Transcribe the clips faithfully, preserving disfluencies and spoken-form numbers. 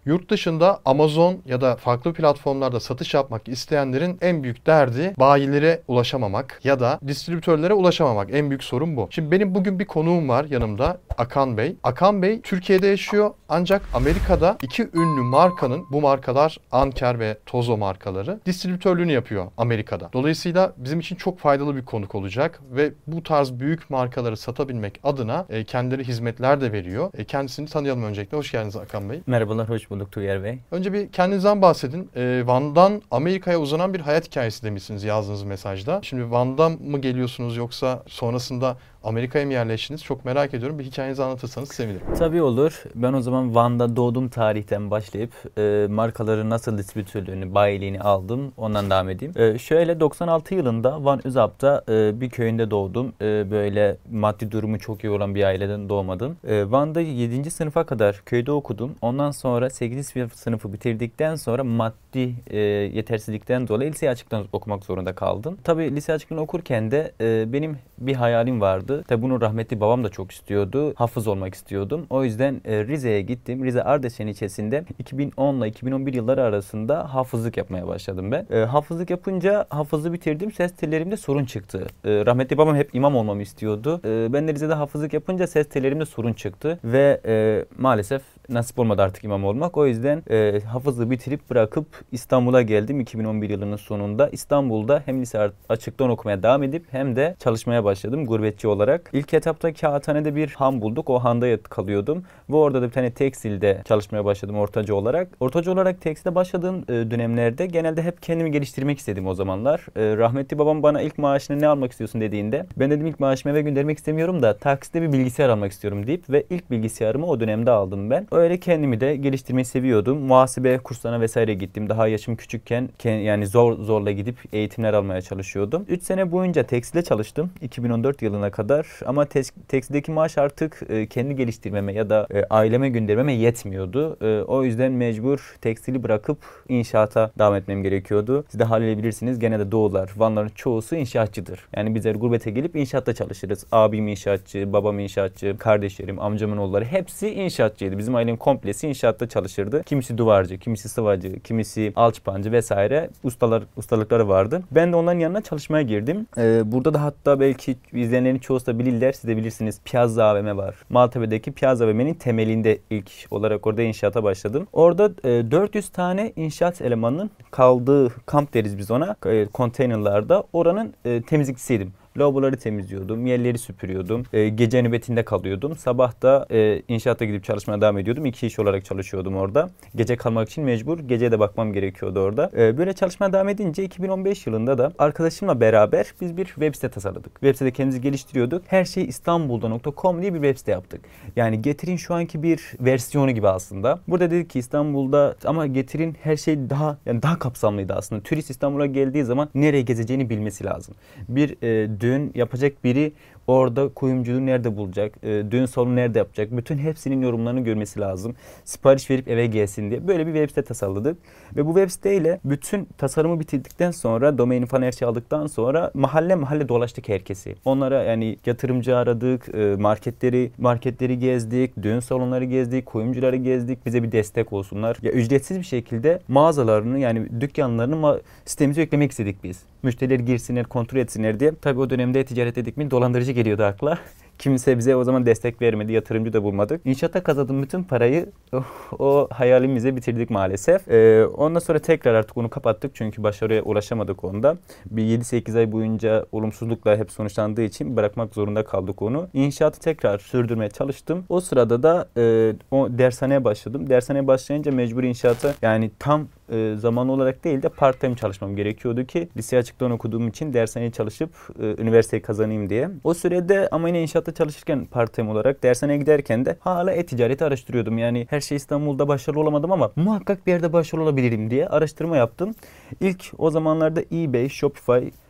Yurt dışında Amazon ya da farklı platformlarda satış yapmak isteyenlerin en büyük derdi bayilere ulaşamamak ya da distribütörlere ulaşamamak. En büyük sorun bu. Şimdi benim bugün bir konuğum var yanımda, Akan Bey. Akan Bey Türkiye'de yaşıyor ancak Amerika'da iki ünlü markanın, bu markalar Anker ve Tozo markaları, distribütörlüğünü yapıyor Amerika'da. Dolayısıyla bizim için çok faydalı bir konuk olacak ve bu tarz büyük markaları satabilmek adına e, kendileri hizmetler de veriyor. E, kendisini tanıyalım öncelikle. Hoş geldiniz Akan Bey. Merhabalar, hoş bulduk Tuğyer Bey. Önce bir kendinizden bahsedin. E, Van'dan Amerika'ya uzanan bir hayat hikayesi demişsiniz yazdığınız mesajda. Şimdi Van'dan mı geliyorsunuz yoksa sonrasında Amerika'ya mı yerleştiniz? Çok merak ediyorum. Bir hikayenizi anlatırsanız sevinirim. Tabii olur. Ben o zaman Van'da doğduğum tarihten başlayıp e, markaların nasıl distribütörlüğünü, bayiliğini aldım. Ondan devam edeyim. E, şöyle doksan altı yılında Van Özap'ta e, bir köyünde doğdum. E, böyle maddi durumu çok iyi olan bir aileden doğmadım. E, Van'da yedinci sınıfa kadar köyde okudum. Ondan sonra sekizinci sınıfı bitirdikten sonra maddi e, yetersizlikten dolayı lise açıktan okumak zorunda kaldım. Tabii lise açıktan okurken de e, benim bir hayalim vardı. Tabii bunu rahmetli babam da çok istiyordu. Hafız olmak istiyordum. O yüzden e, Rize'ye gittim. Rize Ardeşen ilçesinde iki bin on ile iki bin on bir yılları arasında hafızlık yapmaya başladım ben. E, hafızlık yapınca hafızı bitirdim. Ses tellerimde sorun çıktı. E, rahmetli babam hep imam olmamı istiyordu. E, ben de Rize'de hafızlık yapınca ses tellerimde sorun çıktı. Ve e, maalesef nasip olmadı artık imam olmak. O yüzden e, hafızlığı bitirip bırakıp İstanbul'a geldim iki bin on bir yılının sonunda. İstanbul'da hem lise açıktan okumaya devam edip hem de çalışmaya başladım gurbetçi olarak. İlk etapta kağıthanede bir han bulduk. O handa kalıyordum. Ve orada da bir tane tekstilde çalışmaya başladım ortacı olarak. Ortacı olarak tekstilde başladığım e, dönemlerde genelde hep kendimi geliştirmek istedim o zamanlar. E, rahmetli babam bana ilk maaşını ne almak istiyorsun dediğinde ben dedim ilk maaşımı eve göndermek istemiyorum da taksitle bir bilgisayar almak istiyorum deyip ve ilk bilgisayarımı o dönemde aldım ben. Öyle kendimi de geliştirmeyi seviyordum. Muhasebe kurslarına vesaire gittim. Daha yaşım küçükken yani zor zorla gidip eğitimler almaya çalışıyordum. üç sene boyunca tekstilde çalıştım iki bin on dört yılına kadar ama tekstildeki maaş artık e, kendi geliştirmeme ya da e, aileme göndermeme yetmiyordu. E, o yüzden mecbur tekstili bırakıp inşaata devam etmem gerekiyordu. Siz de haliyle bilirsiniz gene de doğular, Vanların çoğusu inşaatçıdır. Yani bizler gurbete gelip inşaatta çalışırız. Abim inşaatçı, babam inşaatçı, kardeşlerim, amcamın oğulları hepsi inşaatçıydı. Bizim ailenin komplesi inşaatta çalışırdı. Kimisi duvarcı, kimisi sıvacı, kimisi alçıpancı vesaire ustalar ustalıkları vardı. Ben de onların yanına çalışmaya girdim. Ee, burada da hatta belki izleyenlerin çoğu da bilirler, siz de bilirsiniz. Piazza A V M var. Maltepe'deki Piazza A V M'nin temelinde ilk olarak orada inşaata başladım. Orada e, dört yüz tane inşaat elemanının kaldığı kamp deriz biz ona. E, konteynerlarda oranın e, temizlikçisiydim. Lavaboları temizliyordum, yerleri süpürüyordum, e, gece nöbetinde kalıyordum. Sabah da e, inşaatta gidip çalışmaya devam ediyordum. İki iş olarak çalışıyordum orada. Gece kalmak için mecbur, gece de bakmam gerekiyordu orada. E, böyle çalışmaya devam edince iki bin on beş yılında da arkadaşımla beraber biz bir web site tasarladık. Web sitede kendimizi geliştiriyorduk. Her şey istanbulda nokta com diye bir web site yaptık. Yani Getir'in şu anki bir versiyonu gibi aslında. Burada dedik ki İstanbul'da ama Getir'in her şey daha yani daha kapsamlıydı aslında. Turist İstanbul'a geldiği zaman nereye gezeceğini bilmesi lazım. Bir e, düğün yapacak biri orada kuyumculuğu nerede bulacak, e, düğün salonu nerede yapacak, bütün hepsinin yorumlarını görmesi lazım. Sipariş verip eve gelsin diye böyle bir web site tasarladık. Ve bu web siteyle bütün tasarımı bitirdikten sonra, domaini falan her şey aldıktan sonra mahalle mahalle dolaştık herkesi. Onlara yani yatırımcı aradık, e, marketleri marketleri gezdik, düğün salonları gezdik, kuyumcuları gezdik, bize bir destek olsunlar. Ya ücretsiz bir şekilde mağazalarını yani dükkanlarını ma- sitemize eklemek istedik biz. Müşteriler girsinler, kontrol etsinler diye. Tabii o dönemde ticaret dedik mi dolandırıcı geliyordu akla. Kimse bize o zaman destek vermedi, yatırımcı da bulmadık. İnşaatta kazandığım bütün parayı o, o hayalimize bitirdik maalesef. Ee, ondan sonra tekrar artık onu kapattık çünkü başarıya ulaşamadık onda. Bir yedi sekiz ay boyunca olumsuzlukla hep sonuçlandığı için bırakmak zorunda kaldık onu. İnşaatı tekrar sürdürmeye çalıştım. O sırada da e, o dershaneye başladım. Dershaneye başlayınca mecbur inşaata yani tam e, zaman olarak değil de part time çalışmam gerekiyordu ki lise açıktan okuduğum için dershaneye çalışıp e, üniversiteyi kazanayım diye. O sürede ama yine inşaatta çalışırken part time olarak dershaneye giderken de hala e-ticareti araştırıyordum. Yani her şey İstanbul'da başarılı olamadım ama muhakkak bir yerde başarılı olabilirim diye araştırma yaptım. İlk o zamanlarda eBay, Shopify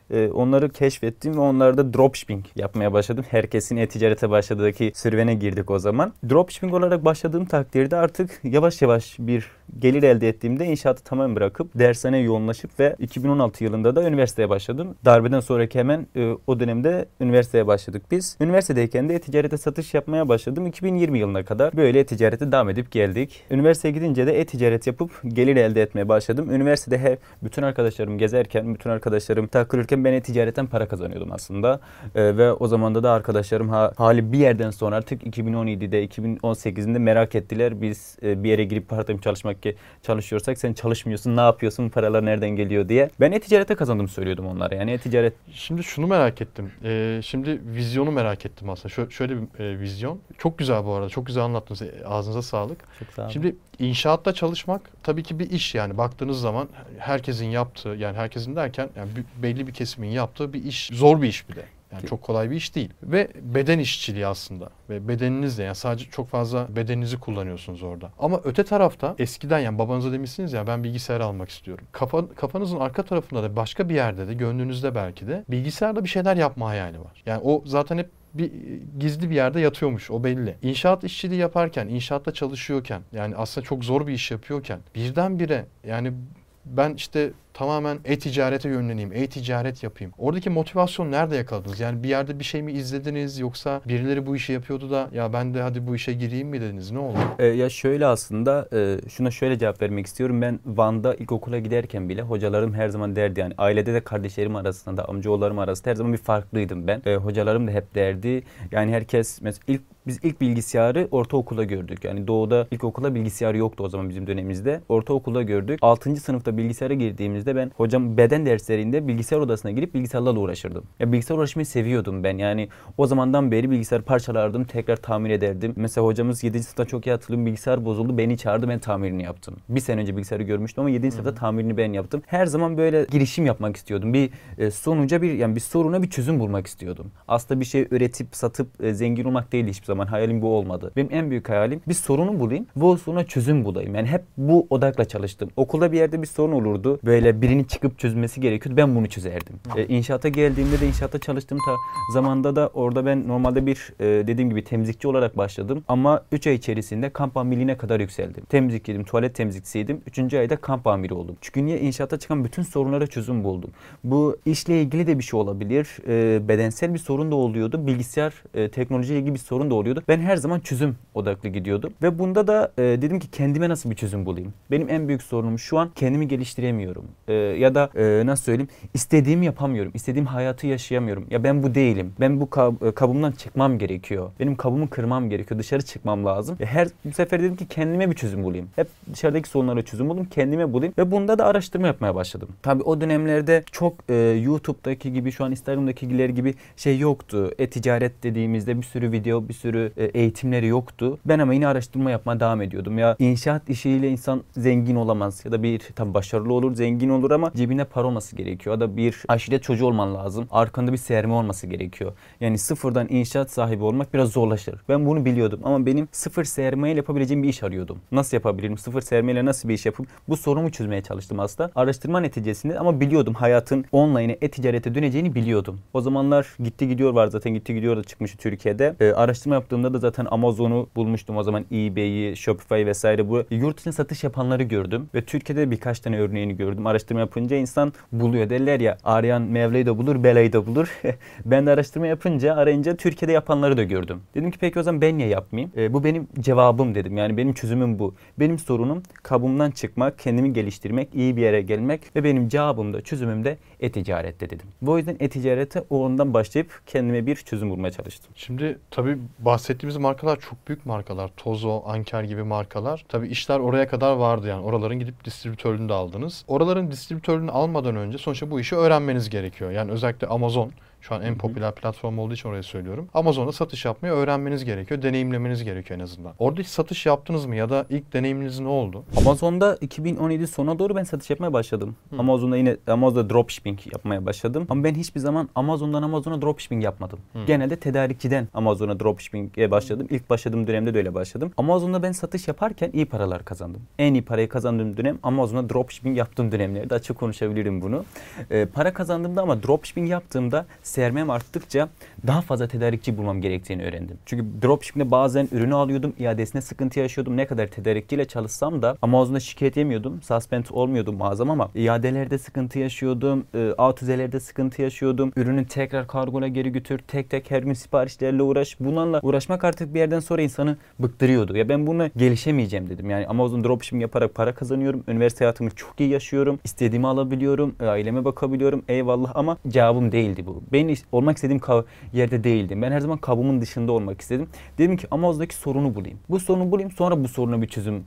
e, onları keşfettim ve onlarda dropshipping yapmaya başladım. Herkesin e-ticarete başladığındaki serüvene girdik o zaman. Dropshipping olarak başladığım takdirde artık yavaş yavaş bir gelir elde ettiğimde inşaatı tamamen bırakıp dershaneye yoğunlaşıp ve iki bin on altı yılında da üniversiteye başladım. Darbeden sonraki hemen e, o dönemde üniversiteye başladık biz. Üniversitedeyken de e-ticarete satış yapmaya başladım. iki bin yirmi yılına kadar böyle e-ticarete devam edip geldik. Üniversiteye gidince de e-ticaret yapıp gelir elde etmeye başladım. Üniversitede hep bütün arkadaşlarım gezerken, bütün arkadaşlarım takılırken ben e-ticaretten para kazanıyordum aslında. E, ve o zamanda da arkadaşlarım ha, hali bir yerden sonra artık iki bin on yedide, iki bin on sekizinde merak ettiler. Biz e, bir yere girip part-time çalışmak ki çalışıyorsak sen çalışmıyorsun, ne yapıyorsun, paralar nereden geliyor diye. Ben e-ticarete kazandım söylüyordum onlara. Yani e-ticaret. Şimdi şunu merak ettim. Ee, şimdi vizyonu merak ettim aslında. Şöyle, şöyle bir e, vizyon. Çok güzel bu arada. Çok güzel anlattınız. Ağzınıza sağlık. Çok sağ olun. Şimdi inşaatta çalışmak tabii ki bir iş yani. Baktığınız zaman herkesin yaptığı, yani herkesin derken yani belli bir kesimin yaptığı bir iş. Zor bir iş bir de. Yani çok kolay bir iş değil. Ve beden işçiliği aslında. Ve bedeninizle, yani sadece çok fazla bedeninizi kullanıyorsunuz orada. Ama öte tarafta eskiden, yani babanıza demişsiniz ya ben bilgisayar almak istiyorum. Kafa, kafanızın arka tarafında da başka bir yerde de, gönlünüzde belki de bilgisayarda bir şeyler yapma hayali var. Yani o zaten hep bir gizli bir yerde yatıyormuş, o belli. İnşaat işçiliği yaparken, inşaatta çalışıyorken, yani aslında çok zor bir iş yapıyorken birdenbire yani ben işte tamamen e-ticarete yönleneyim, e-ticaret yapayım. Oradaki motivasyon nerede yakaladınız? Yani bir yerde bir şey mi izlediniz, yoksa birileri bu işi yapıyordu da ya ben de hadi bu işe gireyim mi dediniz? Ne oldu? Ee, ya şöyle aslında e, şuna şöyle cevap vermek istiyorum. Ben Van'da ilkokula giderken bile hocalarım her zaman derdi, yani ailede de kardeşlerim arasında da amcaoğullarım arasında her zaman bir farklıydım ben. E, hocalarım da hep derdi. Yani herkes mesela ilk biz ilk bilgisayarı ortaokulda gördük. Yani doğuda ilkokula bilgisayar yoktu o zaman bizim dönemimizde. Ortaokulda gördük. altıncı sınıfta bilgisayara girdiğimizde ben hocam beden derslerinde bilgisayar odasına girip bilgisayarlarla uğraşırdım. Ya bilgisayar uğraşmayı seviyordum ben. Yani o zamandan beri bilgisayar parçalardım, tekrar tamir ederdim. Mesela hocamız yedinci sınıfta çok iyi hatırlıyorum, bilgisayar bozuldu. Beni çağırdı, ben tamirini yaptım. Bir sene önce bilgisayarı görmüştüm ama yedinci sınıfta tamirini ben yaptım. Her zaman böyle girişim yapmak istiyordum. Bir e, sonuca bir yani bir soruna bir çözüm bulmak istiyordum. Aslında bir şey üretip satıp e, zengin olmak değildi hiçbir zaman. Hayalim bu olmadı. Benim en büyük hayalim bir sorunu bulayım ve o soruna çözüm bulayım. Yani hep bu odakla çalıştım. Okulda bir yerde bir sorun olurdu. Böyle birinin çıkıp çözmesi gerekiyordu. Ben bunu çözerdim. E, inşaata geldiğimde de inşaatta çalıştığım ta zamanda da orada ben normalde bir e, dediğim gibi temizlikçi olarak başladım. Ama üç ay içerisinde kamp amirliğine kadar yükseldim. Temizlikçiydim, tuvalet temizlikçisiydim. üçüncü ayda kamp amiri oldum. Çünkü niye? İnşaatta çıkan bütün sorunlara çözüm buldum. Bu işle ilgili de bir şey olabilir. E, bedensel bir sorun da oluyordu. Bilgisayar, e, teknolojiyle ilgili bir sorun da oluyordu. Ben her zaman çözüm odaklı gidiyordum. Ve bunda da e, dedim ki kendime nasıl bir çözüm bulayım? Benim en büyük sorunum şu an kendimi geliştiremiyorum. E, ya da e, nasıl söyleyeyim? İstediğimi yapamıyorum. İstediğim hayatı yaşayamıyorum. Ya ben bu değilim. Ben bu kab- kabımdan çıkmam gerekiyor. Benim kabımı kırmam gerekiyor. Dışarı çıkmam lazım. E, her bu sefer dedim ki kendime bir çözüm bulayım. Hep dışarıdaki sorunlara çözüm bulayım. Kendime bulayım. Ve bunda da araştırma yapmaya başladım. Tabii o dönemlerde çok e, YouTube'daki gibi, şu an Instagram'dakiler gibi şey yoktu. E-ticaret dediğimizde bir sürü video, bir sürü e, eğitimleri yoktu. Ben ama yine araştırma yapmaya devam ediyordum. Ya inşaat işiyle insan zengin olamaz. Ya da bir tam başarılı olur, zengin olur ama cebine para olması gerekiyor. Ya da bir aşiret çocuğu olman lazım. Arkanda bir sermaye olması gerekiyor. Yani sıfırdan inşaat sahibi olmak biraz zorlaşır. Ben bunu biliyordum ama benim sıfır sermayeyle yapabileceğim bir iş arıyordum. Nasıl yapabilirim? Sıfır sermayeyle nasıl bir iş yapıp bu sorumu çözmeye çalıştım aslında. Araştırma neticesinde ama biliyordum hayatın online e-ticarete döneceğini biliyordum. O zamanlar gitti gidiyor var zaten gitti gidiyor da çıkmıştı Türkiye'de. Ee, araştırma yaptığımda da zaten Amazon'u bulmuştum o zaman, eBay'i, Shopify vesaire, bu yurt içine satış yapanları gördüm ve Türkiye'de birkaç tane örneğini gördüm. Araştırma yapınca insan buluyor, derler ya, arayan Mevla'yı da bulur, belayı da bulur. Ben de araştırma yapınca, arayınca Türkiye'de yapanları da gördüm. Dedim ki peki o zaman ben niye yapmayayım? E, bu benim cevabım dedim. Yani benim çözümüm bu. Benim sorunum kabımdan çıkmak, kendimi geliştirmek, iyi bir yere gelmek ve benim cevabım da çözümüm de e-ticarette dedim. Bu yüzden e-ticarete o ondan başlayıp kendime bir çözüm bulmaya çalıştım. Şimdi tabii bahsettiğimiz markalar çok büyük markalar. Tozo, Anker gibi markalar. Tabii işler oraya kadar vardı yani. Oraların gidip distribütörlüğünü de aldınız. Oraların distribütörlüğünü almadan önce sonuçta bu işi öğrenmeniz gerekiyor. Yani özellikle Amazon Şu an en Hı hı. popüler platform olduğu için oraya söylüyorum. Amazon'da satış yapmayı öğrenmeniz gerekiyor. Deneyimlemeniz gerekiyor en azından. Orada hiç satış yaptınız mı ya da ilk deneyiminiz ne oldu? Amazon'da iki bin on yedi sonuna doğru ben satış yapmaya başladım. Hı. Amazon'da yine Amazon'da dropshipping yapmaya başladım. Ama ben hiçbir zaman Amazon'dan Amazon'a dropshipping yapmadım. Hı. Genelde tedarikçiden Amazon'a dropshipping'e başladım. İlk başladığım dönemde de öyle başladım. Amazon'da ben satış yaparken iyi paralar kazandım. En iyi parayı kazandığım dönem Amazon'a dropshipping yaptığım dönemlerde, açık konuşabilirim bunu. Ee, para kazandığımda ama dropshipping yaptığımda sermayem arttıkça daha fazla tedarikçi bulmam gerektiğini öğrendim. Çünkü dropshipping'de bazen ürünü alıyordum, iadesine sıkıntı yaşıyordum. Ne kadar tedarikçiyle çalışsam da Amazon'da şikayet yemiyordum. Suspend olmuyordu mağazam ama iadelerde sıkıntı yaşıyordum. E, autizelerde sıkıntı yaşıyordum. Ürünü tekrar kargola geri götür. Tek tek her gün siparişlerle uğraş. Bunlarla uğraşmak artık bir yerden sonra insanı bıktırıyordu. Ya ben bunu gelişemeyeceğim dedim. Yani Amazon dropshipping yaparak para kazanıyorum. Üniversite hayatımı çok iyi yaşıyorum. İstediğimi alabiliyorum. Aileme bakabiliyorum. Eyvallah ama cevabım değildi bu. Ben olmak istediğim yerde değildim. Ben her zaman kabuğumun dışında olmak istedim. Dedim ki Amazon'daki sorunu bulayım. Bu sorunu bulayım, sonra bu soruna bir çözüm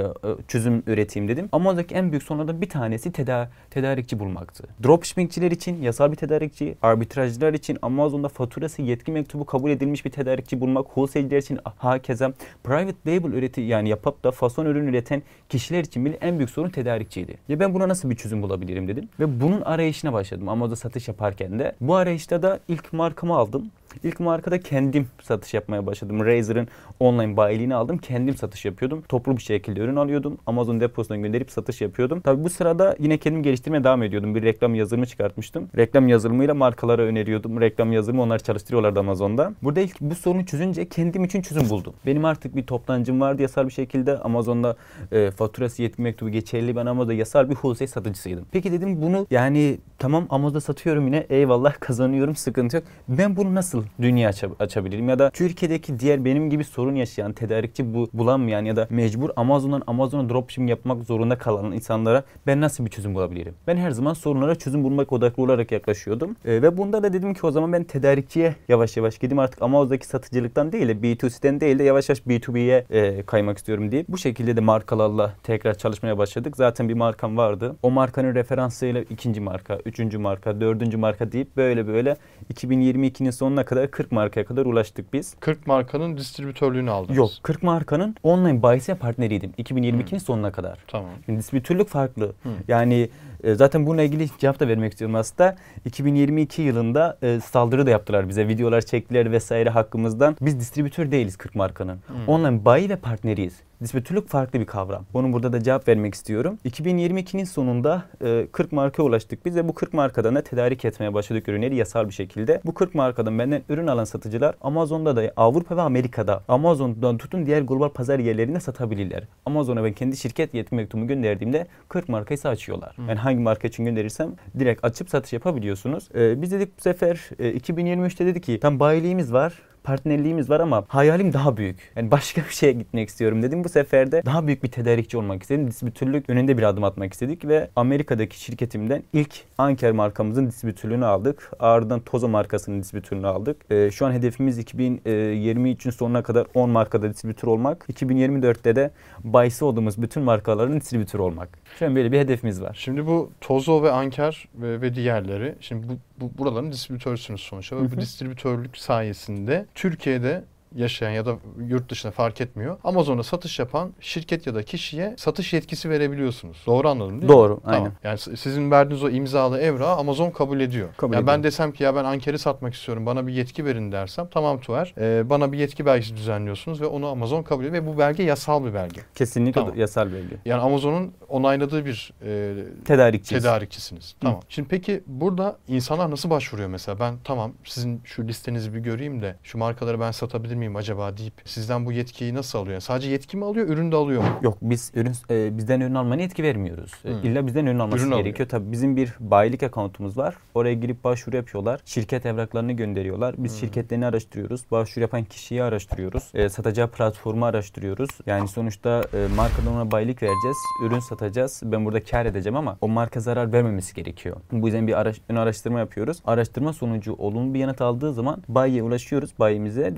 çözüm üreteyim dedim. Amazon'daki en büyük sorunlardan bir tanesi teda tedarikçi bulmaktı. Dropshippingçiler için yasal bir tedarikçi, arbitrajcılar için Amazon'da faturası yetki mektubu kabul edilmiş bir tedarikçi bulmak, wholesaler'ler için hakeza, private label üreti yani yapıp da fason ürün üreten kişiler için bile en büyük sorun tedarikçiydi. Ya ben buna nasıl bir çözüm bulabilirim dedim ve bunun arayışına başladım Amazon'da satış yaparken de. Bu arayışta da ilk markamı aldım. İlk markada kendim satış yapmaya başladım. Razer'ın online bayiliğini aldım. Kendim satış yapıyordum. Toplu bir şekilde ürün alıyordum. Amazon deposuna gönderip satış yapıyordum. Tabii bu sırada yine kendim geliştirmeye devam ediyordum. Bir reklam yazılımı çıkartmıştım. Reklam yazılımıyla markalara öneriyordum. Reklam yazılımı onlar çalıştırıyorlardı Amazon'da. Burada ilk bu sorunu çözünce kendim için çözüm buldum. Benim artık bir toptancım vardı yasal bir şekilde. Amazon'da e, faturası yetki mektubu geçerli. Ben Amazon'da yasal bir wholesale satıcısıydım. Peki dedim bunu yani tamam Amazon'da satıyorum yine. Eyvallah kazanıyorum. Sıkıntı yok. Ben bunu nasıl dünya aç açabilirim ya da Türkiye'deki diğer benim gibi sorun yaşayan, tedarikçi bu bulamayan ya da mecbur Amazon'dan Amazon'a dropshipping yapmak zorunda kalan insanlara ben nasıl bir çözüm bulabilirim? Ben her zaman sorunlara çözüm bulmak odaklı olarak yaklaşıyordum. E, ve bunda da dedim ki o zaman ben tedarikçiye yavaş yavaş gideyim artık Amazon'daki satıcılıktan değil de B iki C'den değil de yavaş yavaş B iki B'ye e, kaymak istiyorum deyip bu şekilde de markalarla tekrar çalışmaya başladık. Zaten bir markam vardı. O markanın referansıyla ikinci marka, üçüncü marka, dördüncü marka deyip böyle böyle iki bin yirmi ikinin sonuna kadar kırk markaya kadar ulaştık biz. kırk markanın distribütörlüğünü aldınız. Yok, kırk markanın online bayisi partneriydim iki bin yirmi ikinin hmm. sonuna kadar. Tamam. Şimdi distribütörlük farklı. Hmm. Yani e, zaten bununla ilgili cevap da vermek istiyorum aslında. iki bin yirmi iki yılında e, saldırı da yaptılar bize. Videolar çektiler vesaire hakkımızdan. Biz distribütör değiliz kırk markanın. Hmm. Online bayi ve partneriyiz. Distribütörlük farklı bir kavram. Bunun burada da cevap vermek istiyorum. iki bin yirmi ikinin sonunda e, kırk markaya ulaştık. Biz de bu kırk markadan da tedarik etmeye başladık ürünleri yasal bir şekilde. Bu kırk markadan benden ürün alan satıcılar Amazon'da da Avrupa ve Amerika'da Amazon'dan tutun diğer global pazar yerlerinde satabilirler. Amazon'a ben kendi şirket yetki mektubumu gönderdiğimde kırk markayı açıyorlar. Hmm. Yani hangi marka için gönderirsem direkt açıp satış yapabiliyorsunuz. E, biz dedik bu sefer e, iki bin yirmi üçte dedik ki tam bayiliğimiz var. Partnerliğimiz var ama hayalim daha büyük. Yani başka bir şeye gitmek istiyorum dedim. Bu sefer de daha büyük bir tedarikçi olmak istedim. Distribütörlük önünde bir adım atmak istedik ve Amerika'daki şirketimden ilk Anker markamızın distribütörlüğünü aldık. Ardından Tozo markasının distribütörlüğünü aldık. Ee, şu an hedefimiz iki bin yirmi üçün sonuna kadar on markada distribütör olmak. iki bin yirmi dörtte de bayisi olduğumuz bütün markaların distribütörü olmak. Şu an böyle bir hedefimiz var. Şimdi bu Tozo ve Anker ve, ve diğerleri, şimdi bu, bu buraların distribütörsünüz sonuçta ve bu distribütörlük sayesinde Türkiye'de yaşayan ya da yurt dışında fark etmiyor. Amazon'da satış yapan şirket ya da kişiye satış yetkisi verebiliyorsunuz. Doğru anladım değil mi? Doğru, aynen. Tamam. Yani sizin verdiğiniz o imzalı evrağı Amazon kabul ediyor. Kabul yani ediyor. Ben desem ki ya ben Anker'i satmak istiyorum, bana bir yetki verin dersem, tamam Tuğer, e, bana bir yetki belgesi düzenliyorsunuz ve onu Amazon kabul ediyor ve bu belge yasal bir belge. Kesinlikle tamam. yasal belge. Yani Amazon'un onayladığı bir e, tedarikçiyiz. tedarikçisiniz. Tamam. Hı. Şimdi peki burada insanlar nasıl başvuruyor mesela? Ben tamam sizin şu listenizi bir göreyim de şu markaları ben satabilir miyim acaba deyip sizden bu yetkiyi nasıl alıyor? Yani sadece yetki mi alıyor, ürün de alıyor mu? Yok, biz ürün e, bizden ürün almaya yetki vermiyoruz. Hmm. İlla bizden ürün alması ürün gerekiyor. Alıyor. Tabii bizim bir bayilik accountumuz var. Oraya girip başvuru yapıyorlar. Şirket evraklarını gönderiyorlar. Biz hmm. şirketlerini araştırıyoruz. Başvuru yapan kişiyi araştırıyoruz. E, satacağı platformu araştırıyoruz. Yani sonuçta e, markadan ona bayilik vereceğiz. Ürün satacağız. Ben burada kar edeceğim ama o marka zarar vermemesi gerekiyor. Bu yüzden bir araş, ön araştırma yapıyoruz. Araştırma sonucu olumlu bir yanıt aldığı zaman bayiye ulaşıyoruz. Bayimize diyoruz ki tamam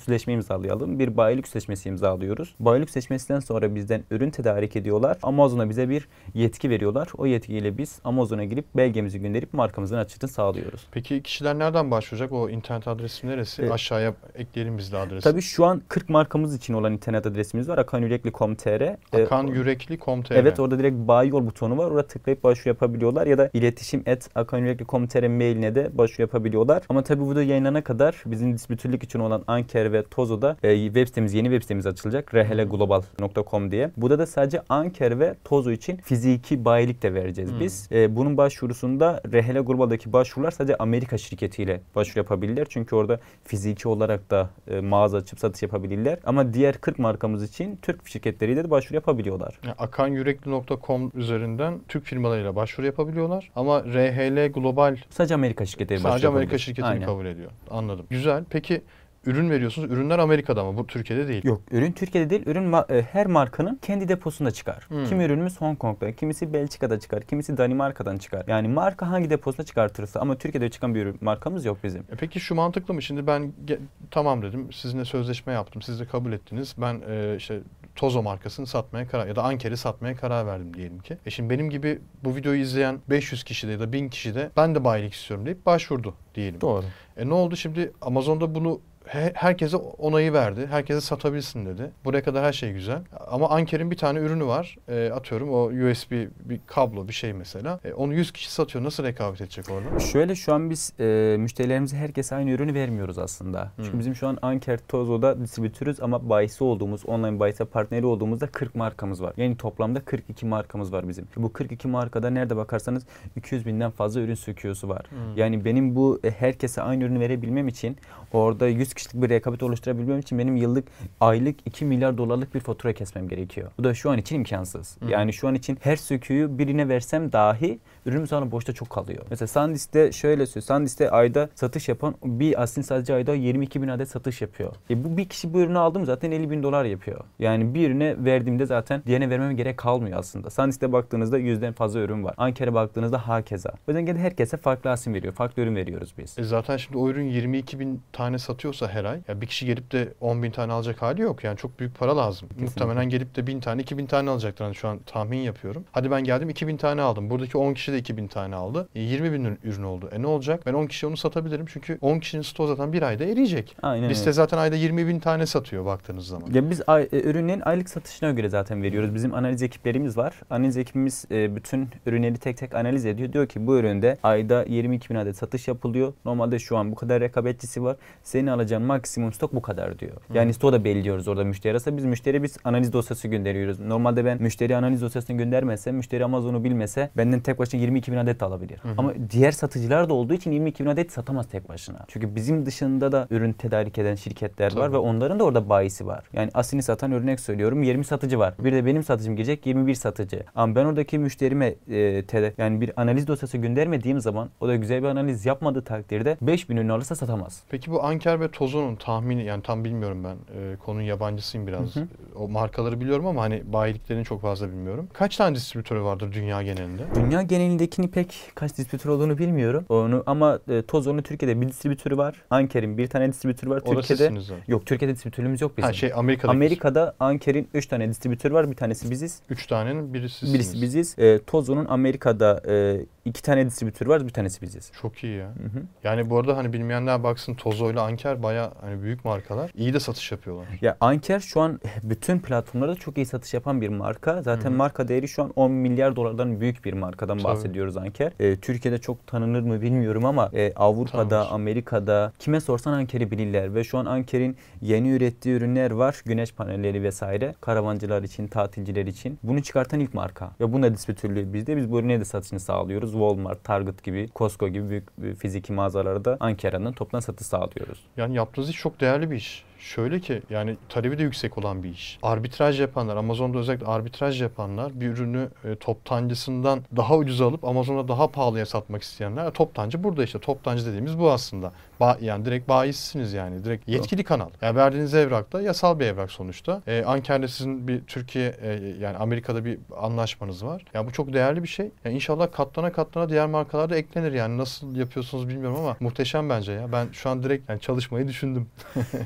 sözleşme imzalayalım. Bir bayilik sözleşmesi imzalıyoruz. Bayilik sözleşmesinden sonra bizden ürün tedarik ediyorlar. Amazon'a bize bir yetki veriyorlar. O yetkiyle biz Amazon'a girip belgemizi gönderip markamızın açıklığını sağlıyoruz. Peki kişiler nereden başvuracak? O internet adresi neresi? Evet. Aşağıya ekleyelim biz de adresi. Tabii şu an kırk markamız için olan internet adresimiz var. akan yürekli nokta com nokta tr. akanurekli nokta com nokta tr. Evet, orada direkt bayi yol butonu var. Orada tıklayıp başvuru yapabiliyorlar ya da iletişim et akan yürekli nokta com nokta tr mailine de başvuru yapabiliyorlar. Ama tabii bu da yayınlanana kadar bizim distribütörlük için olan Anker ve Tozo'da e, web sitemiz, yeni web sitemiz açılacak. reheleglobal nokta com diye. Burada da sadece Anker ve Tozo için fiziki bayilik de vereceğiz hmm. biz. E, bunun başvurusunda Rehele Global'daki başvurular sadece Amerika şirketiyle başvuru yapabilirler. Çünkü orada fiziki olarak da e, mağaza açıp satış yapabilirler. Ama diğer kırk markamız için Türk şirketleriyle de başvuru yapabiliyorlar. Yani akan yürekli nokta com üzerinden Türk firmalarıyla başvuru yapabiliyorlar. Ama R H L Global sadece Amerika şirketleri başvuru sadece Amerika şirketini Aynen. kabul ediyor. Anladım. Güzel. Peki ürün veriyorsunuz. Ürünler Amerika'da ama bu Türkiye'de değil. Yok, ürün Türkiye'de değil. Ürün ma- her markanın kendi deposunda çıkar. Hmm. Kimi ürünümüz Hong Kong'da, kimisi Belçika'da çıkar, kimisi Danimarka'dan çıkar. Yani marka hangi deposuna çıkartırsa, ama Türkiye'de çıkan bir ürün markamız yok bizim. E peki şu mantıklı mı? Şimdi ben ge- tamam dedim. Sizinle sözleşme yaptım. Siz de kabul ettiniz. Ben e, işte Tozo markasını satmaya karar ya da Anker'i satmaya karar verdim diyelim ki. E şimdi benim gibi bu videoyu izleyen beş yüz kişi de ya da bin kişi de ben de bayilik istiyorum deyip başvurdu diyelim. Doğru. E ne oldu şimdi? Amazon'da bunu herkese onayı verdi. Herkese satabilsin dedi. Buraya kadar her şey güzel. Ama Anker'in bir tane ürünü var. E, atıyorum o U S B bir kablo bir şey mesela. E, onu yüz kişi satıyor. Nasıl rekabet edecek orada? Şöyle, şu an biz e, müşterilerimize herkese aynı ürünü vermiyoruz aslında. Çünkü hmm. bizim şu an Anker Tozo'da distribütörüz ama bayisi olduğumuz, online bayisi partneri olduğumuzda kırk markamız var. Yani toplamda kırk iki markamız var bizim. Bu kırk iki markada nerede bakarsanız iki yüz binden fazla ürün söküyorsu var. Hmm. Yani benim bu e, herkese aynı ürünü verebilmem için, orada yüz kişilik bir rekabet oluşturabilmem için benim yıllık, aylık iki milyar dolarlık bir fatura kesmem gerekiyor. Bu da şu an için imkansız. Hı. Yani şu an için her söküğü birine versem dahi ürünüm sonra boşta çok kalıyor. Mesela SanDisk'te şöyle söylüyor. SanDisk'te ayda satış yapan bir aslında sadece ayda yirmi iki bin adet satış yapıyor. E bu bir kişi bu ürünü aldım zaten elli bin dolar yapıyor. Yani birine verdiğimde zaten diğerine vermeme gerek kalmıyor aslında. SanDisk'te baktığınızda yüzden fazla ürün var. Anker'e baktığınızda hakeza. O yüzden gene herkese farklı asim veriyor. Farklı ürün veriyoruz biz. E zaten şimdi o ürün yirmi iki bin tane satıyorsa her ay, ya bir kişi gelip de on bin tane alacak hali yok. Yani çok büyük para lazım. Kesinlikle. Muhtemelen gelip de bin tane, iki bin tane alacaktır. Yani şu an tahmin yapıyorum. Hadi ben geldim iki bin tane aldım. Buradaki on kişi de iki bin tane aldı. E yirmi bin ürün oldu. E ne olacak? Ben on kişiye onu satabilirim. Çünkü on kişinin stoğu zaten bir ayda eriyecek. Aynen Liste öyle. zaten ayda yirmi bin tane satıyor baktığınız zaman. Ya biz ay, e, ürünlerin aylık satışına göre zaten veriyoruz. Bizim analiz ekiplerimiz var. Analiz ekibimiz e, bütün ürünleri tek tek analiz ediyor. Diyor ki bu üründe ayda yirmi iki bin adet satış yapılıyor. Normalde şu an bu kadar rekabetçisi var. Senin alacağın maksimum stok bu kadar diyor. Yani stoğu da belirliyoruz orada müşteri arasında. Biz müşteri biz analiz dosyası gönderiyoruz. Normalde ben müşteri analiz dosyasını göndermezsem, müşteri Amazon'u bilmese benden tek başına yirmi iki bin adet de alabilir. Hı hı. Ama diğer satıcılar da olduğu için yirmi iki bin adet satamaz tek başına. Çünkü bizim dışında da ürün tedarik eden şirketler Tabii. var ve onların da orada bayisi var. Yani aslini satan, örnek söylüyorum, yirmi satıcı var. Bir de benim satıcım gelecek yirmi bir satıcı. Ama ben oradaki müşterime e, te, yani bir analiz dosyası göndermediğim zaman, o da güzel bir analiz yapmadığı takdirde beş bin ürün alırsa satamaz. Peki bu Anker ve Tozo'nun tahmini, yani tam bilmiyorum ben. E, konunun yabancısıyım biraz. Hı hı. O markaları biliyorum ama hani bayiliklerini çok fazla bilmiyorum. Kaç tane distribütörü vardır dünya genelinde? Dünya genelindekini pek kaç distribütör olduğunu bilmiyorum. Onu ama e, Tozo'nun Türkiye'de bir distribütörü var. Anker'in bir tane distribütörü var. Orası Türkiye'de yok. Türkiye'de distribütörümüz yok bizim. Ha şey Amerika'da. Amerika'da Anker'in üç tane distribütörü var. Bir tanesi biziz. üç tanenin birisi sizsiniz. Birisi biziz. E, Tozo'nun Amerika'da e, iki tane distribütörü var. Bir tanesi biziz. Çok iyi ya. Hı hı. Yani bu arada hani bilmeyenler baksın, Tozo ile Anker bayağı hani büyük markalar. İyi de satış yapıyorlar. Ya Anker şu an bütün platformlarda çok iyi satış yapan bir marka. Zaten Hı-hı. marka değeri şu an on milyar dolardan büyük bir markadan Tabii. bahsediyoruz Anker. E, Türkiye'de çok tanınır mı bilmiyorum ama e, Avrupa'da, Tanır. Amerika'da kime sorsan Anker'i bilirler ve şu an Anker'in yeni ürettiği ürünler var. Güneş panelleri vesaire. Karavancılar için, tatilciler için. Bunu çıkartan ilk marka. Ve bunun da distribütörlüğü bizde. Biz bu ürüne de satışını sağlıyoruz. Walmart, Target gibi, Costco gibi büyük, büyük fiziki mağazalarda Anker adına toptan satış sağlıyoruz. Yani yaptığınız iş çok değerli bir iş. Şöyle ki yani talebi de yüksek olan bir iş. Arbitraj yapanlar, Amazon'da özellikle arbitraj yapanlar, bir ürünü e, toptancısından daha ucuz alıp Amazon'a daha pahalıya satmak isteyenler. Toptancı burada işte. Toptancı dediğimiz bu aslında. Ba yani direkt bayisisiniz yani. Direkt yetkili kanal. Yani verdiğiniz evrak da yasal bir evrak sonuçta. E, Anker'de sizin bir Türkiye e, yani Amerika'da bir anlaşmanız var. Yani bu çok değerli bir şey. Yani inşallah katlana katlana diğer markalar da eklenir yani. Nasıl yapıyorsunuz bilmiyorum ama muhteşem bence ya. Ben şu an direkt yani çalışmayı düşündüm. İnşallah bir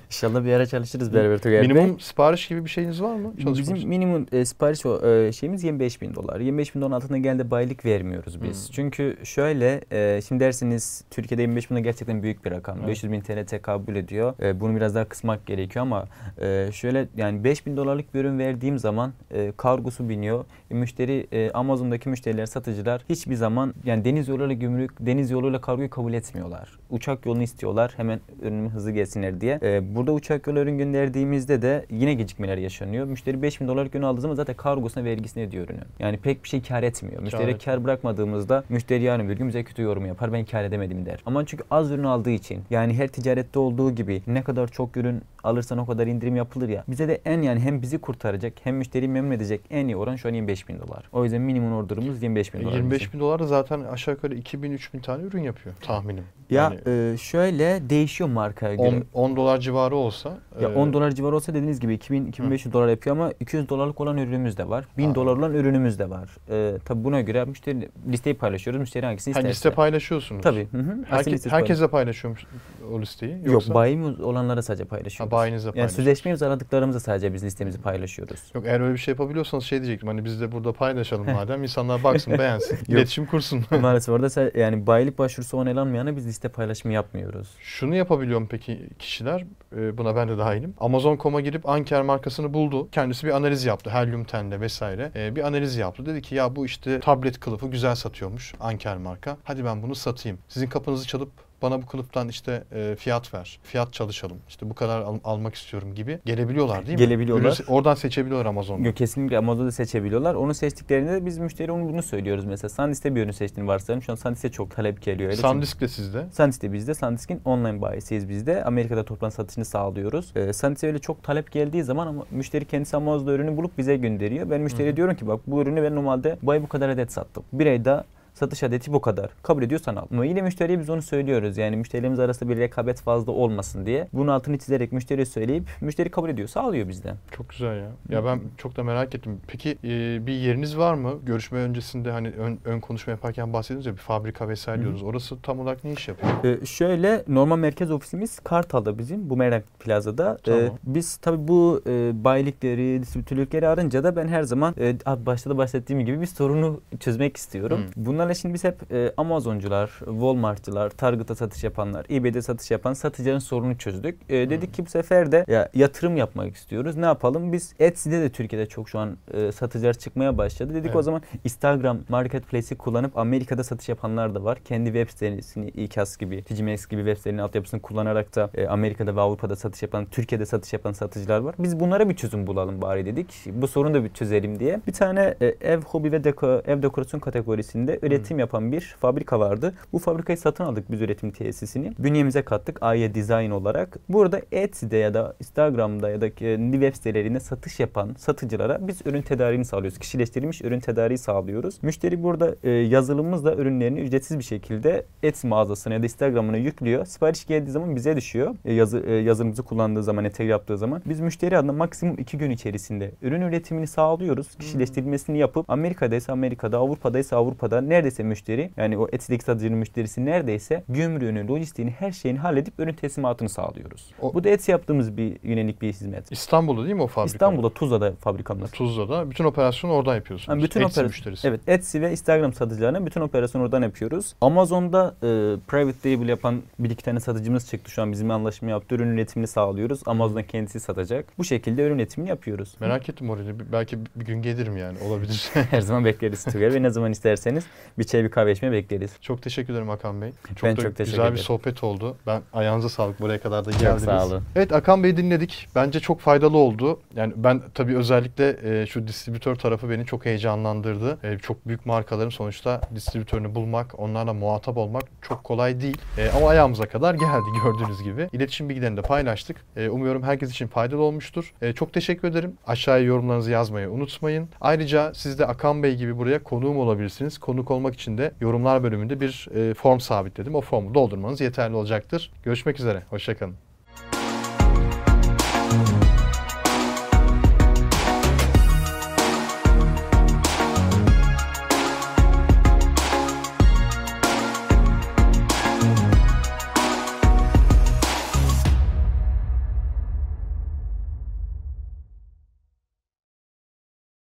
bir ara çalışırız beraber Tugay Bey. Minimum sipariş gibi bir şeyiniz var mı? Bizim minimum e, sipariş o, e, şeyimiz yirmi beş bin dolar. yirmi beş bin doların altında genelde bayilik vermiyoruz biz. Hmm. Çünkü şöyle e, şimdi dersiniz Türkiye'de yirmi beş bin dolar gerçekten büyük bir rakam. Evet. beş yüz bin T L tekabül ediyor. E, bunu biraz daha kısmak gerekiyor ama e, şöyle yani beş bin dolarlık bir ürün verdiğim zaman e, kargosu biniyor. E, müşteri e, Amazon'daki müşteriler, satıcılar hiçbir zaman yani deniz yoluyla gümrük, deniz yoluyla kargoyu kabul etmiyorlar. Uçak yolunu istiyorlar. Hemen ürünü hızlı gelsinler diye. E, burada uçak yolu ürün gönderdiğimizde de yine gecikmeler yaşanıyor. Müşteri beş bin dolarlık ürün aldığı zaman zaten kargosuna vergisini ödüyor ürünü. Yani pek bir şey kar etmiyor. Müşteriye kar, kar bırakmadığımızda müşteri yarın bir gün bize kötü yorum yapar. Ben kar edemedim der. Ama çünkü az ürün aldığı için yani her ticarette olduğu gibi ne kadar çok ürün alırsan o kadar indirim yapılır ya. Bize de en yani hem bizi kurtaracak hem müşteriyi memnun edecek en iyi oran şu an yirmi beş bin dolar. O yüzden minimum orderımız yirmi beş bin dolar. yirmi beş bin dolar da zaten aşağı yukarı iki bin üç bin tane ürün yapıyor tahminim. Ya yani, e, şöyle değişiyor markaya göre. on dolar civarı olsa. Ya e, on dolar civarı olsa dediğiniz gibi iki bin iki bin beş yüz dolar yapıyor ama iki yüz dolarlık olan ürünümüz de var. bin dolar olan ürünümüz de var. E, tabii buna göre müşteri listeyi paylaşıyoruz. Müşteri hangisini isterse. Ha, liste paylaşıyorsunuz. Tabii. Hı hı. Herkes, herkesle paylaşıyormuş o listeyi. Yoksa? Yok, bayimiz olanlara sadece paylaşıyoruz. Ha, bayinizle yani paylaşıyoruz. sözleşme imzaladıklarımızla sadece biz listemizi paylaşıyoruz. Yok, eğer öyle bir şey yapabiliyorsanız şey diyecektim hani biz de burada paylaşalım madem insanlar baksın beğensin iletişim kursun. Maalesef orada yani bayilik başvurusu onaylanmayana biz liste paylaşımı yapmıyoruz. Şunu yapabiliyor mu peki kişiler? Buna ben de dahilim. Amazon nokta com'a girip Anker markasını buldu. Kendisi bir analiz yaptı. Helium ten'le vesaire. Bir analiz yaptı. Dedi ki ya bu işte tablet kılıfı güzel satıyormuş Anker marka. Hadi ben bunu satayım. Sizin kapınızı çalıp bana bu kılıftan işte e, fiyat ver. Fiyat çalışalım. İşte bu kadar al- almak istiyorum gibi gelebiliyorlar değil mi? Gelebiliyorlar. Ürün, oradan seçebiliyorlar Amazon'da. Yok, kesinlikle Amazon'da seçebiliyorlar. Onu seçtiklerinde de biz müşteriye onu bunu söylüyoruz mesela. SanDisk'te bir ürün seçtiğini varsayalım. Şu an SanDisk'e çok talep geliyor. SanDisk de sizde. SanDisk de bizde. SanDisk'in online bayisiyiz biz de. Amerika'da toplam satışını sağlıyoruz. Ee, SanDisk'e öyle çok talep geldiği zaman ama müşteri kendisi Amazon'da ürünü bulup bize gönderiyor. Ben müşteriye Hı. diyorum ki bak bu ürünü ben normalde bu ay bu kadar adet sattım. Bir ayda satış adeti bu kadar. Kabul ediyorsan al. Ama yine müşteriye biz onu söylüyoruz. Yani müşterilerimiz arasında bir rekabet fazla olmasın diye. Bunun altını çizerek müşteriye söyleyip müşteri kabul ediyorsa alıyor bizden. Çok güzel ya. Ya ben çok da merak ettim. Peki e, bir yeriniz var mı? Görüşme öncesinde hani ön, ön konuşma yaparken bahsediyoruz ya bir fabrika vesaire diyoruz. Orası tam olarak ne iş yapıyor? Ee, şöyle normal merkez ofisimiz Kartal'da bizim. Bumerang Plaza'da. Tamam. Ee, biz tabii bu e, bayilikleri, distribütörlükleri arınca da ben her zaman e, başta da bahsettiğim gibi bir sorunu çözmek istiyorum. Hmm. Bunlarla şimdi biz hep e, Amazoncular, Walmart'çılar, Target'a satış yapanlar, eBay'de satış yapan satıcıların sorunu çözdük. E, dedik ki bu sefer de ya, yatırım yapmak istiyoruz. Ne yapalım? Biz Etsy'de de Türkiye'de çok şu an e, satıcılar çıkmaya başladı. Dedik evet. O zaman Instagram Marketplace'i kullanıp Amerika'da satış yapanlar da var. Kendi web sitesini İKAS gibi, T C M X gibi web sitelerinin altyapısını kullanarak da e, Amerika'da ve Avrupa'da satış yapan, Türkiye'de satış yapan satıcılar var. Biz bunlara bir çözüm bulalım bari dedik. Bu sorunu da bir çözelim diye. Bir tane e, ev, hobi ve deko, ev dekorasyon kategorisinde üretim hmm. yapan bir fabrika vardı. Bu fabrikayı satın aldık biz üretim tesisini. Bünyemize kattık A Y Design olarak. Burada Etsy'de ya da Instagram'da ya da kendi web sitelerinde satış yapan satıcılara biz ürün tedariğini sağlıyoruz. Kişileştirilmiş ürün tedariği sağlıyoruz. Müşteri burada e, yazılımımızla ürünlerini ücretsiz bir şekilde Etsy mağazasına ya da Instagram'ına yüklüyor. Sipariş geldiği zaman bize düşüyor. E, yazı, e, yazılımımızı kullandığı zaman, entegre yaptığı zaman. Biz müşteri adına maksimum iki gün içerisinde ürün üretimini sağlıyoruz. Kişileştirilmesini yapıp Amerika'daysa Amerika'da, Avrupa'daysa Avrupa'da neredeyse müşteri yani o Etsy'deki satıcının müşterisi neredeyse gümrüğünü, lojistiğini, her şeyini halledip ürün teslimatını sağlıyoruz. O, Bu da Etsy yaptığımız bir yönelik bir hizmet. İstanbul'da değil mi o fabrika? İstanbul'da, Tuzla'da fabrikamız. Tuzla'da. Bütün operasyonu oradan yapıyorsunuz. Yani bütün Etsy oper- müşterisi. Evet, Etsy ve Instagram satıcılarına bütün operasyonu oradan yapıyoruz. Amazon'da e, private label yapan bir iki tane satıcımız çıktı. Şu an bizimle anlaşma yaptı. Ürün üretimini sağlıyoruz. Amazon kendisi satacak. Bu şekilde ürün üretimini yapıyoruz. Merak ettim orayı. Belki bir gün gelirim yani. Olabilir. Her zaman bekleriz Tugay ve ne zaman isterseniz bir çay bir kahve içmeye bekleriz. Çok teşekkür ederim Hakan Bey. Çok ben da çok teşekkür güzel ederim. bir sohbet oldu. Ben ayağınıza sağlık. Buraya kadar da geldiniz. Çok sağ olun. Evet, Hakan Bey'i dinledik. Bence çok faydalı oldu. Yani ben tabii özellikle e, şu distribütör tarafı beni çok heyecanlandırdı. E, çok büyük markaların sonuçta distribütörünü bulmak, onlarla muhatap olmak çok kolay değil. E, ama ayağımıza kadar geldi gördüğünüz gibi. İletişim bilgilerini de paylaştık. E, umuyorum herkes için faydalı olmuştur. E, çok teşekkür ederim. Aşağıya yorumlarınızı yazmayı unutmayın. Ayrıca siz de Hakan Bey gibi buraya konuğum olabilirsiniz. Konuk olmak için de yorumlar bölümünde bir e, form sabitledim. O formu doldurmanız yeterli olacaktır. Görüşmek üzere. Hoşça kalın.